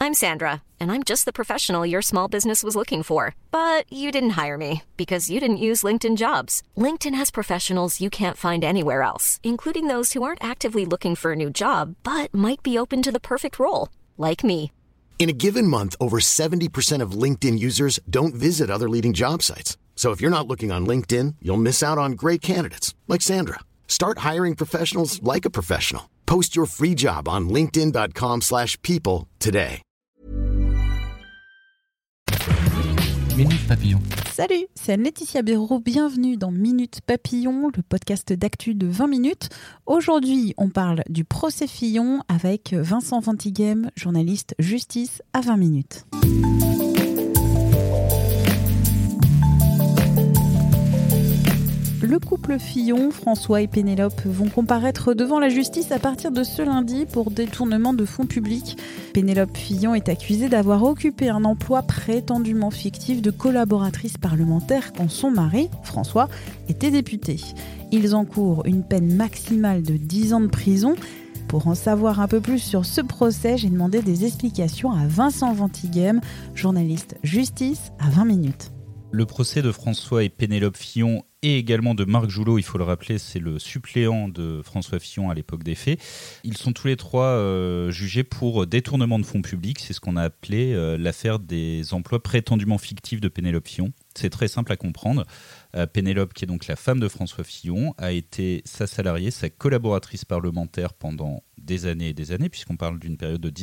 I'm Sandra, and I'm just the professional your small business was looking for. But you didn't hire me because you didn't use LinkedIn Jobs. LinkedIn has professionals you can't find anywhere else, including those who aren't actively looking for a new job, but might be open to the perfect role, like me. In a given month, over 70% of LinkedIn users don't visit other leading job sites. So if you're not looking on LinkedIn, you'll miss out on great candidates like Sandra. Start hiring professionals like a professional. Post your free job on linkedin.com/people today. Minute Papillon. Salut, c'est Anne-Laetitia Béraud. Bienvenue dans Minute Papillon, le podcast d'actu de 20 minutes. Aujourd'hui, on parle du procès Fillon avec Vincent Ventighem, journaliste justice à 20 minutes. Le couple Fillon, François et Pénélope, vont comparaître devant la justice à partir de ce lundi pour détournement de fonds publics. Pénélope Fillon est accusée d'avoir occupé un emploi prétendument fictif de collaboratrice parlementaire quand son mari, François, était député. Ils encourent une peine maximale de 10 ans de prison. Pour en savoir un peu plus sur ce procès, j'ai demandé des explications à Vincent Ventighem, journaliste justice à 20 minutes. Le procès de François et Pénélope Fillon et également de Marc Joulot, il faut le rappeler, c'est le suppléant de François Fillon à l'époque des faits. Ils sont tous les trois jugés pour détournement de fonds publics. C'est ce qu'on a appelé l'affaire des emplois prétendument fictifs de Pénélope Fillon. C'est très simple à comprendre. Pénélope, qui est donc la femme de François Fillon, a été sa salariée, sa collaboratrice parlementaire pendant des années et des années, puisqu'on parle d'une période de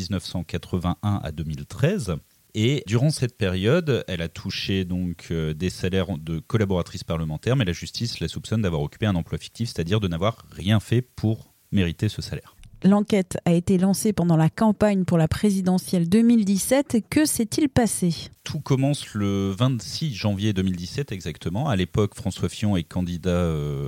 1981 à 2013. Et durant cette période, elle a touché donc des salaires de collaboratrice parlementaire, mais la justice la soupçonne d'avoir occupé un emploi fictif, c'est-à-dire de n'avoir rien fait pour mériter ce salaire. L'enquête a été lancée pendant la campagne pour la présidentielle 2017. Que s'est-il passé ? Tout commence le 26 janvier 2017 exactement. À l'époque, François Fillon est candidat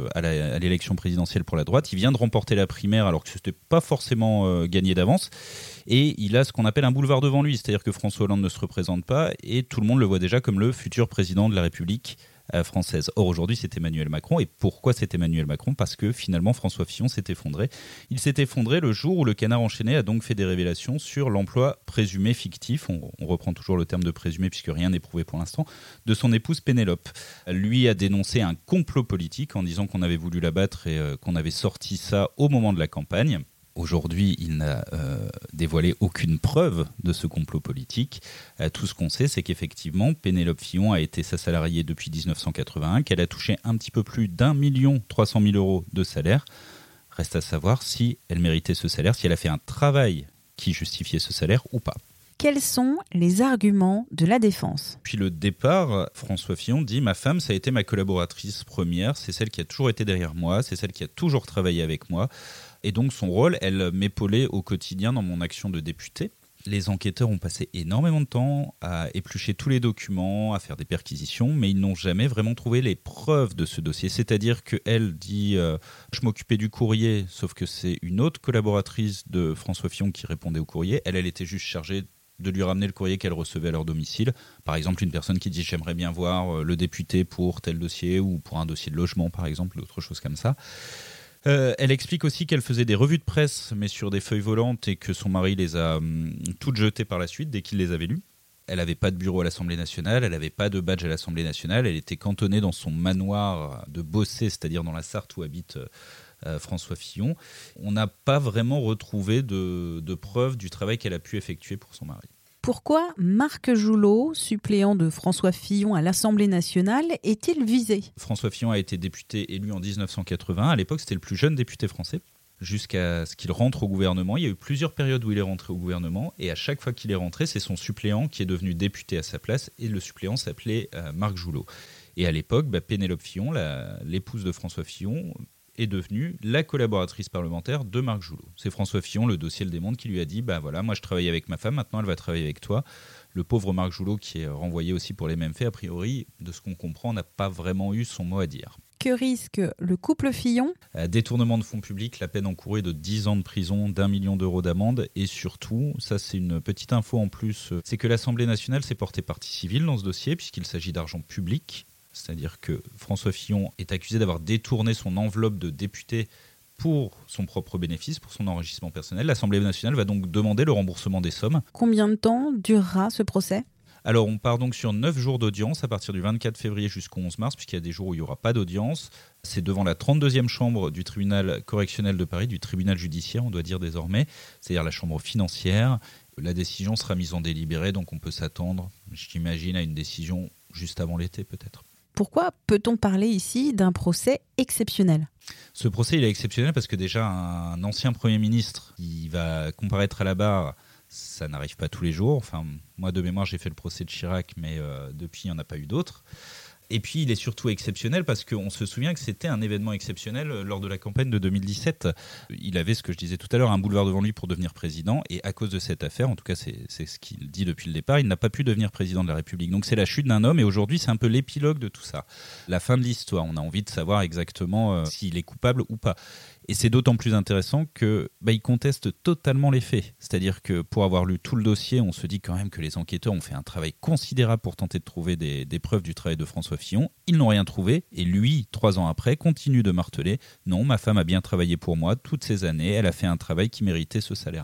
à l'élection présidentielle pour la droite. Il vient de remporter la primaire alors que ce n'était pas forcément gagné d'avance. Et il a ce qu'on appelle un boulevard devant lui, c'est-à-dire que François Hollande ne se représente pas et tout le monde le voit déjà comme le futur président de la République française. Or aujourd'hui c'est Emmanuel Macron. Et pourquoi c'est Emmanuel Macron ? Parce que finalement François Fillon s'est effondré. Il s'est effondré le jour où le Canard enchaîné a donc fait des révélations sur l'emploi présumé fictif, on reprend toujours le terme de présumé puisque rien n'est prouvé pour l'instant, de son épouse Pénélope. Lui a dénoncé un complot politique en disant qu'on avait voulu l'abattre et qu'on avait sorti ça au moment de la campagne. Aujourd'hui, il n'a dévoilé aucune preuve de ce complot politique. Tout ce qu'on sait, c'est qu'effectivement, Pénélope Fillon a été sa salariée depuis 1981, qu'elle a touché un petit peu plus d'1 300 000 € de salaire. Reste à savoir si elle méritait ce salaire, si elle a fait un travail qui justifiait ce salaire ou pas. Quels sont les arguments de la défense ? Depuis le départ, François Fillon dit « Ma femme, ça a été ma collaboratrice première, c'est celle qui a toujours été derrière moi, c'est celle qui a toujours travaillé avec moi. » Et donc son rôle, elle m'épaulait au quotidien dans mon action de député. Les enquêteurs ont passé énormément de temps à éplucher tous les documents, à faire des perquisitions, mais ils n'ont jamais vraiment trouvé les preuves de ce dossier. C'est-à-dire qu'elle dit je m'occupais du courrier, sauf que c'est une autre collaboratrice de François Fillon qui répondait au courrier. Elle était juste chargée de lui ramener le courrier qu'elle recevait à leur domicile. Par exemple, une personne qui dit j'aimerais bien voir le député pour tel dossier ou pour un dossier de logement, par exemple, ou autre chose comme ça. Elle explique aussi qu'elle faisait des revues de presse, mais sur des feuilles volantes, et que son mari les a toutes jetées par la suite, dès qu'il les avait lues. Elle n'avait pas de bureau à l'Assemblée nationale, elle n'avait pas de badge à l'Assemblée nationale, elle était cantonnée dans son manoir de Bossé, c'est-à-dire dans la Sarthe où habite François Fillon. On n'a pas vraiment retrouvé de preuves du travail qu'elle a pu effectuer pour son mari. Pourquoi Marc Joulot, suppléant de François Fillon à l'Assemblée nationale, est-il visé ? François Fillon a été député élu en 1980. À l'époque, c'était le plus jeune député français. Jusqu'à ce qu'il rentre au gouvernement. Il y a eu plusieurs périodes où il est rentré au gouvernement. Et à chaque fois qu'il est rentré, c'est son suppléant qui est devenu député à sa place. Et le suppléant s'appelait Marc Joulot. Et à l'époque, Pénélope Fillon, l'épouse de François Fillon, est devenue la collaboratrice parlementaire de Marc Joulot. C'est François Fillon, le dossier le démontre, qui lui a dit voilà, moi je travaillais avec ma femme, maintenant elle va travailler avec toi. Le pauvre Marc Joulot, qui est renvoyé aussi pour les mêmes faits, a priori, de ce qu'on comprend, n'a pas vraiment eu son mot à dire. Que risque le couple Fillon ? Détournement de fonds publics, la peine encourue est de 10 ans de prison, d'1 million d'euros d'amende. Et surtout, ça c'est une petite info en plus, c'est que l'Assemblée nationale s'est portée partie civile dans ce dossier, puisqu'il s'agit d'argent public. C'est-à-dire que François Fillon est accusé d'avoir détourné son enveloppe de député pour son propre bénéfice, pour son enrichissement personnel. L'Assemblée nationale va donc demander le remboursement des sommes. Combien de temps durera ce procès ? Alors, on part donc sur 9 jours d'audience à partir du 24 février jusqu'au 11 mars, puisqu'il y a des jours où il n'y aura pas d'audience. C'est devant la 32e chambre du tribunal correctionnel de Paris, du tribunal judiciaire, on doit dire désormais, c'est-à-dire la chambre financière. La décision sera mise en délibéré, donc on peut s'attendre, j'imagine, à une décision juste avant l'été peut-être. Pourquoi peut-on parler ici d'un procès exceptionnel ? Ce procès, il est exceptionnel parce que déjà, un ancien Premier ministre qui va comparaître à la barre, ça n'arrive pas tous les jours. Enfin, moi, de mémoire, j'ai fait le procès de Chirac, mais depuis, il n'y en a pas eu d'autres. Et puis, il est surtout exceptionnel parce qu'on se souvient que c'était un événement exceptionnel lors de la campagne de 2017. Il avait, ce que je disais tout à l'heure, un boulevard devant lui pour devenir président. Et à cause de cette affaire, en tout cas, c'est ce qu'il dit depuis le départ, il n'a pas pu devenir président de la République. Donc, c'est la chute d'un homme. Et aujourd'hui, c'est un peu l'épilogue de tout ça. La fin de l'histoire. On a envie de savoir exactement s'il est coupable ou pas. Et c'est d'autant plus intéressant qu'il conteste totalement les faits. C'est-à-dire que pour avoir lu tout le dossier, on se dit quand même que les enquêteurs ont fait un travail considérable pour tenter de trouver des preuves du travail de François Fillon. Ils n'ont rien trouvé et lui, 3 ans après, continue de marteler « Non, ma femme a bien travaillé pour moi toutes ces années, elle a fait un travail qui méritait ce salaire-là ».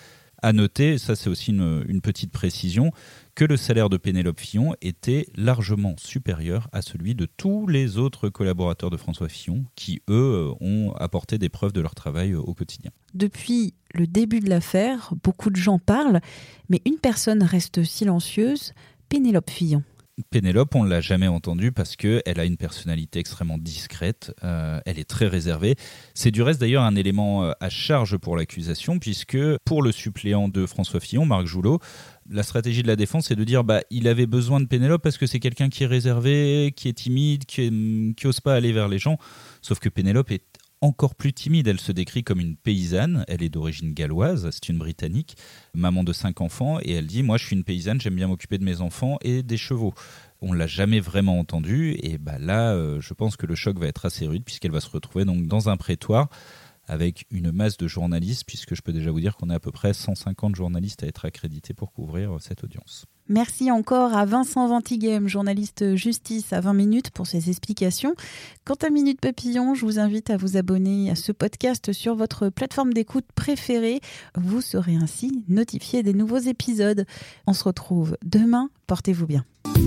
À noter, ça c'est aussi une petite précision, que le salaire de Pénélope Fillon était largement supérieur à celui de tous les autres collaborateurs de François Fillon qui, eux, ont apporté des preuves de leur travail au quotidien. Depuis le début de l'affaire, beaucoup de gens parlent, mais une personne reste silencieuse, Pénélope Fillon. Pénélope, on ne l'a jamais entendue parce qu'elle a une personnalité extrêmement discrète, elle est très réservée. C'est du reste d'ailleurs un élément à charge pour l'accusation puisque pour le suppléant de François Fillon, Marc Joulot, la stratégie de la défense c'est de dire il avait besoin de Pénélope parce que c'est quelqu'un qui est réservé, qui est timide, qui n'ose pas aller vers les gens. Sauf que Pénélope est encore plus timide, elle se décrit comme une paysanne, elle est d'origine galloise, c'est une Britannique, maman de 5 enfants, et elle dit « Moi je suis une paysanne, j'aime bien m'occuper de mes enfants et des chevaux ». On ne l'a jamais vraiment entendue, et là, je pense que le choc va être assez rude, puisqu'elle va se retrouver donc dans un prétoire avec une masse de journalistes, puisque je peux déjà vous dire qu'on a à peu près 150 journalistes à être accrédités pour couvrir cette audience. Merci encore à Vincent Ventighem, journaliste justice à 20 minutes pour ses explications. Quant à Minute Papillon, je vous invite à vous abonner à ce podcast sur votre plateforme d'écoute préférée. Vous serez ainsi notifié des nouveaux épisodes. On se retrouve demain. Portez-vous bien.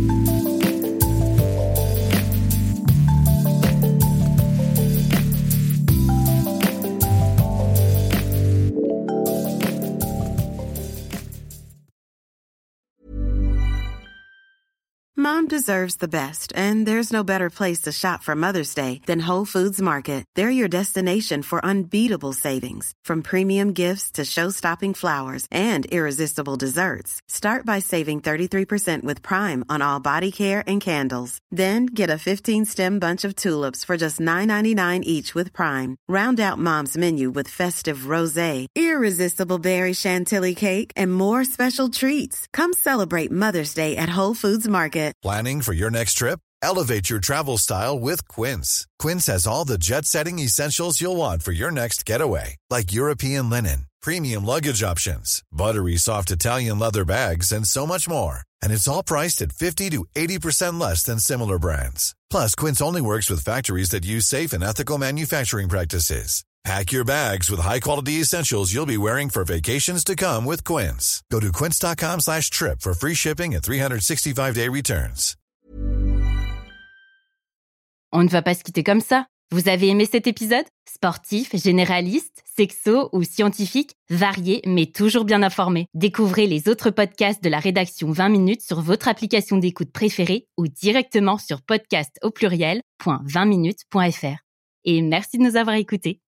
Mom deserves the best, and there's no better place to shop for Mother's Day than Whole Foods Market. They're your destination for unbeatable savings, from premium gifts to show-stopping flowers and irresistible desserts. Start by saving 33% with Prime on all body care and candles. Then get a 15-stem bunch of tulips for just $9.99 each with Prime. Round out Mom's menu with festive rosé, irresistible berry chantilly cake, and more special treats. Come celebrate Mother's Day at Whole Foods Market. Planning for your next trip? Elevate your travel style with Quince. Quince has all the jet-setting essentials you'll want for your next getaway, like European linen, premium luggage options, buttery soft Italian leather bags, and so much more. And it's all priced at 50 to 80% less than similar brands. Plus, Quince only works with factories that use safe and ethical manufacturing practices. Pack your bags with high-quality essentials you'll be wearing for vacations to come with Quince. Go to quince.com/trip for free shipping and 365-day returns. On ne va pas se quitter comme ça. Vous avez aimé cet épisode ? Sportif, généraliste, sexo ou scientifique, varié mais toujours bien informé. Découvrez les autres podcasts de la rédaction 20 minutes sur votre application d'écoute préférée ou directement sur podcast@20minutes.fr. Et merci de nous avoir écoutés.